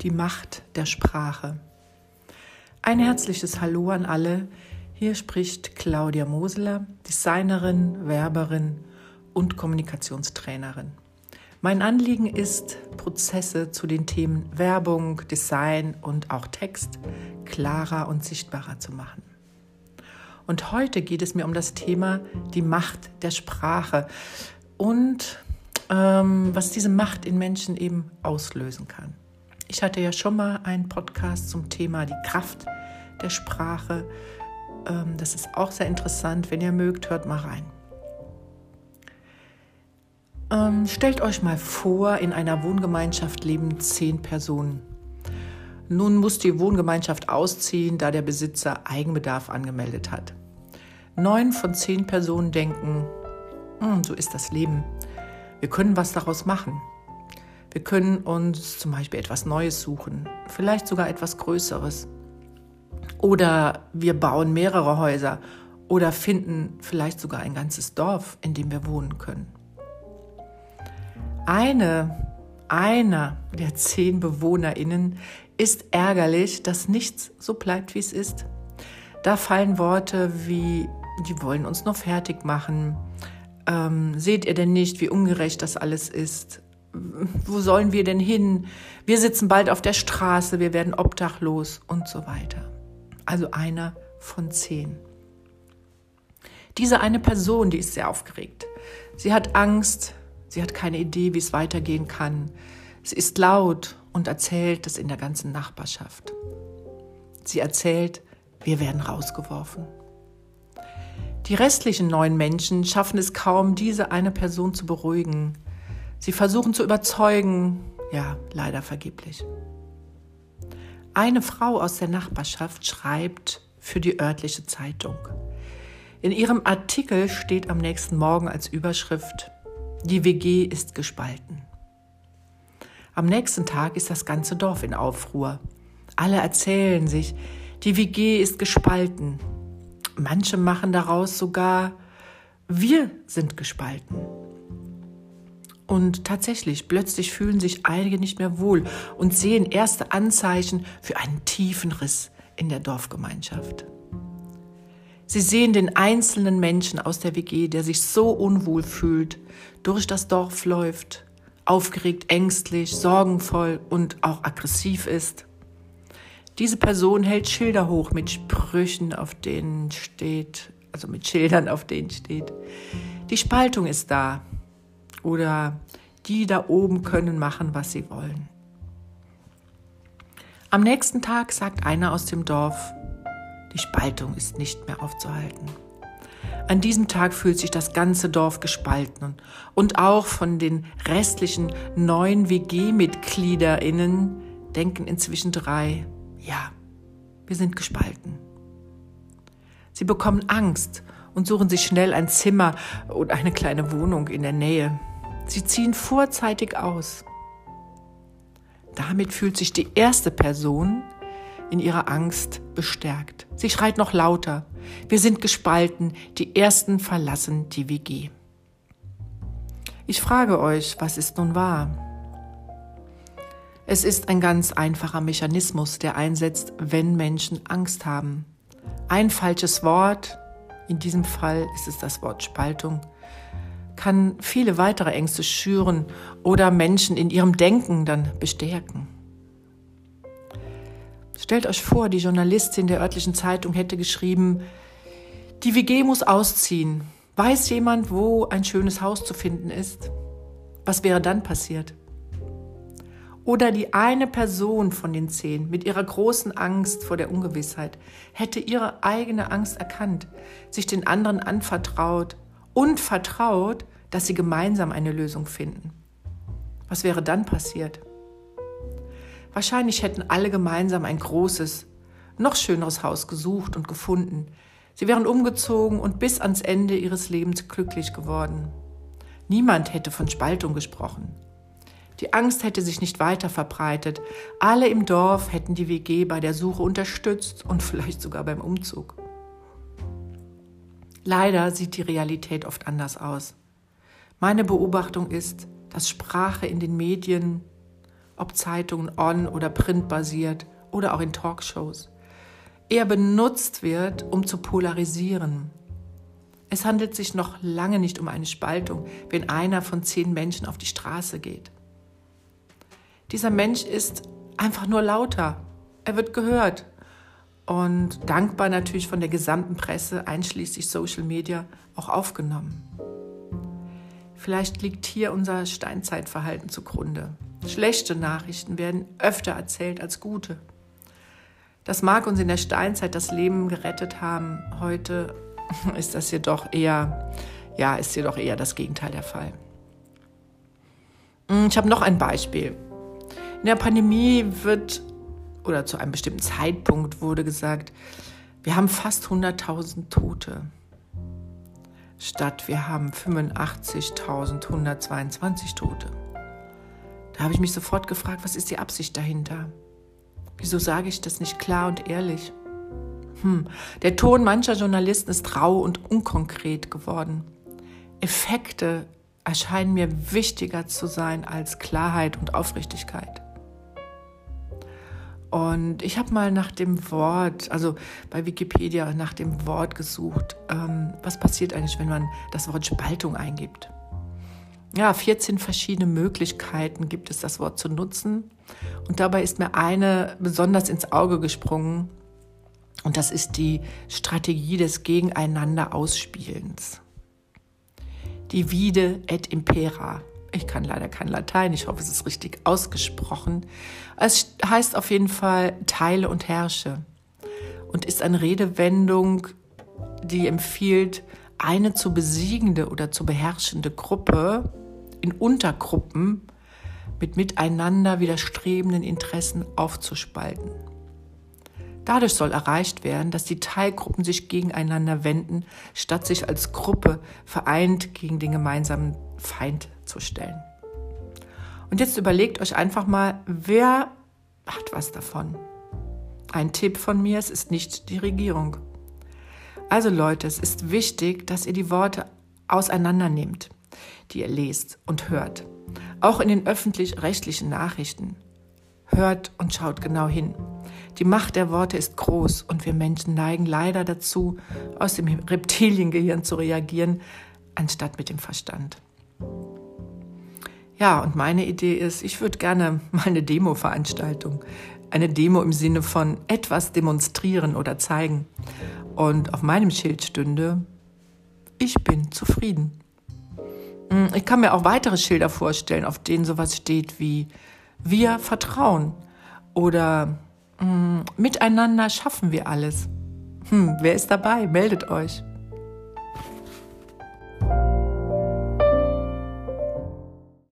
Die Macht der Sprache. Ein herzliches Hallo an alle. Hier spricht Claudia Moseler, Designerin, Werberin und Kommunikationstrainerin. Mein Anliegen ist, Prozesse zu den Themen Werbung, Design und auch Text klarer und sichtbarer zu machen. Und heute geht es mir um das Thema die Macht der Sprache und was diese Macht in Menschen eben auslösen kann. Ich hatte ja schon mal einen Podcast zum Thema die Kraft der Sprache. Das ist auch sehr interessant. Wenn ihr mögt, hört mal rein. Stellt euch mal vor, in einer Wohngemeinschaft leben 10 Personen. Nun muss die Wohngemeinschaft ausziehen, da der Besitzer Eigenbedarf angemeldet hat. 9 von 10 Personen denken, so ist das Leben. Wir können was daraus machen. Wir können uns zum Beispiel etwas Neues suchen, vielleicht sogar etwas Größeres. Oder wir bauen mehrere Häuser oder finden vielleicht sogar ein ganzes Dorf, in dem wir wohnen können. Einer der 10 BewohnerInnen ist ärgerlich, dass nichts so bleibt, wie es ist. Da fallen Worte wie, die wollen uns noch fertig machen. Seht ihr denn nicht, wie ungerecht das alles ist? Wo sollen wir denn hin? Wir sitzen bald auf der Straße, wir werden obdachlos und so weiter. Also einer von 10. Diese eine Person, die ist sehr aufgeregt. Sie hat Angst, sie hat keine Idee, wie es weitergehen kann. Sie ist laut und erzählt es in der ganzen Nachbarschaft. Sie erzählt, wir werden rausgeworfen. Die restlichen 9 Menschen schaffen es kaum, diese eine Person zu beruhigen. Sie versuchen zu überzeugen, ja, leider vergeblich. Eine Frau aus der Nachbarschaft schreibt für die örtliche Zeitung. In ihrem Artikel steht am nächsten Morgen als Überschrift: Die WG ist gespalten. Am nächsten Tag ist das ganze Dorf in Aufruhr. Alle erzählen sich, die WG ist gespalten. Manche machen daraus sogar, wir sind gespalten. Und tatsächlich, plötzlich fühlen sich einige nicht mehr wohl und sehen erste Anzeichen für einen tiefen Riss in der Dorfgemeinschaft. Sie sehen den einzelnen Menschen aus der WG, der sich so unwohl fühlt, durch das Dorf läuft, aufgeregt, ängstlich, sorgenvoll und auch aggressiv ist. Diese Person hält Schilder hoch mit Sprüchen, auf denen steht, die Spaltung ist da. Oder die da oben können machen, was sie wollen. Am nächsten Tag sagt einer aus dem Dorf, die Spaltung ist nicht mehr aufzuhalten. An diesem Tag fühlt sich das ganze Dorf gespalten und auch von den restlichen 9 WG-MitgliederInnen denken inzwischen 3, ja, wir sind gespalten. Sie bekommen Angst und suchen sich schnell ein Zimmer oder eine kleine Wohnung in der Nähe. Sie ziehen vorzeitig aus. Damit fühlt sich die erste Person in ihrer Angst bestärkt. Sie schreit noch lauter. Wir sind gespalten, die Ersten verlassen die WG. Ich frage euch, was ist nun wahr? Es ist ein ganz einfacher Mechanismus, der einsetzt, wenn Menschen Angst haben. Ein falsches Wort, in diesem Fall ist es das Wort Spaltung, kann viele weitere Ängste schüren oder Menschen in ihrem Denken dann bestärken. Stellt euch vor, die Journalistin der örtlichen Zeitung hätte geschrieben, die WG muss ausziehen. Weiß jemand, wo ein schönes Haus zu finden ist? Was wäre dann passiert? Oder die eine Person von den 10 mit ihrer großen Angst vor der Ungewissheit hätte ihre eigene Angst erkannt, sich den anderen anvertraut und vertraut, dass sie gemeinsam eine Lösung finden. Was wäre dann passiert? Wahrscheinlich hätten alle gemeinsam ein großes, noch schöneres Haus gesucht und gefunden. Sie wären umgezogen und bis ans Ende ihres Lebens glücklich geworden. Niemand hätte von Spaltung gesprochen. Die Angst hätte sich nicht weiter verbreitet. Alle im Dorf hätten die WG bei der Suche unterstützt und vielleicht sogar beim Umzug. Leider sieht die Realität oft anders aus. Meine Beobachtung ist, dass Sprache in den Medien, ob Zeitungen on- oder printbasiert oder auch in Talkshows, eher benutzt wird, um zu polarisieren. Es handelt sich noch lange nicht um eine Spaltung, wenn einer von 10 Menschen auf die Straße geht. Dieser Mensch ist einfach nur lauter. Er wird gehört und dankbar natürlich von der gesamten Presse, einschließlich Social Media, auch aufgenommen. Vielleicht liegt hier unser Steinzeitverhalten zugrunde. Schlechte Nachrichten werden öfter erzählt als gute. Das mag uns in der Steinzeit das Leben gerettet haben. Heute ist jedoch eher das Gegenteil der Fall. Ich habe noch ein Beispiel. In der Pandemie zu einem bestimmten Zeitpunkt wurde gesagt, wir haben fast 100.000 Tote. Statt wir haben 85.122 Tote. Da habe ich mich sofort gefragt, was ist die Absicht dahinter? Wieso sage ich das nicht klar und ehrlich? Der Ton mancher Journalisten ist rau und unkonkret geworden. Effekte erscheinen mir wichtiger zu sein als Klarheit und Aufrichtigkeit. Und ich habe mal nach dem Wort, also bei Wikipedia, nach dem Wort gesucht, was passiert eigentlich, wenn man das Wort Spaltung eingibt. Ja, 14 verschiedene Möglichkeiten gibt es, das Wort zu nutzen. Und dabei ist mir eine besonders ins Auge gesprungen. Und das ist die Strategie des Gegeneinander-Ausspielens. Divide et impera. Ich kann leider kein Latein, ich hoffe, es ist richtig ausgesprochen. Es heißt auf jeden Fall teile und herrsche und ist eine Redewendung, die empfiehlt, eine zu besiegende oder zu beherrschende Gruppe in Untergruppen mit miteinander widerstrebenden Interessen aufzuspalten. Dadurch soll erreicht werden, dass die Teilgruppen sich gegeneinander wenden, statt sich als Gruppe vereint gegen den gemeinsamen Feind zu stellen. Und jetzt überlegt euch einfach mal, wer hat was davon? Ein Tipp von mir, es ist nicht die Regierung. Also Leute, es ist wichtig, dass ihr die Worte auseinandernehmt, die ihr lest und hört. Auch in den öffentlich-rechtlichen Nachrichten. Hört und schaut genau hin. Die Macht der Worte ist groß und wir Menschen neigen leider dazu, aus dem Reptiliengehirn zu reagieren, anstatt mit dem Verstand. Ja, und meine Idee ist, ich würde gerne mal eine Demo-Veranstaltung, eine Demo im Sinne von etwas demonstrieren oder zeigen. Und auf meinem Schild stünde, ich bin zufrieden. Ich kann mir auch weitere Schilder vorstellen, auf denen sowas steht wie wir vertrauen oder miteinander schaffen wir alles. Wer ist dabei? Meldet euch.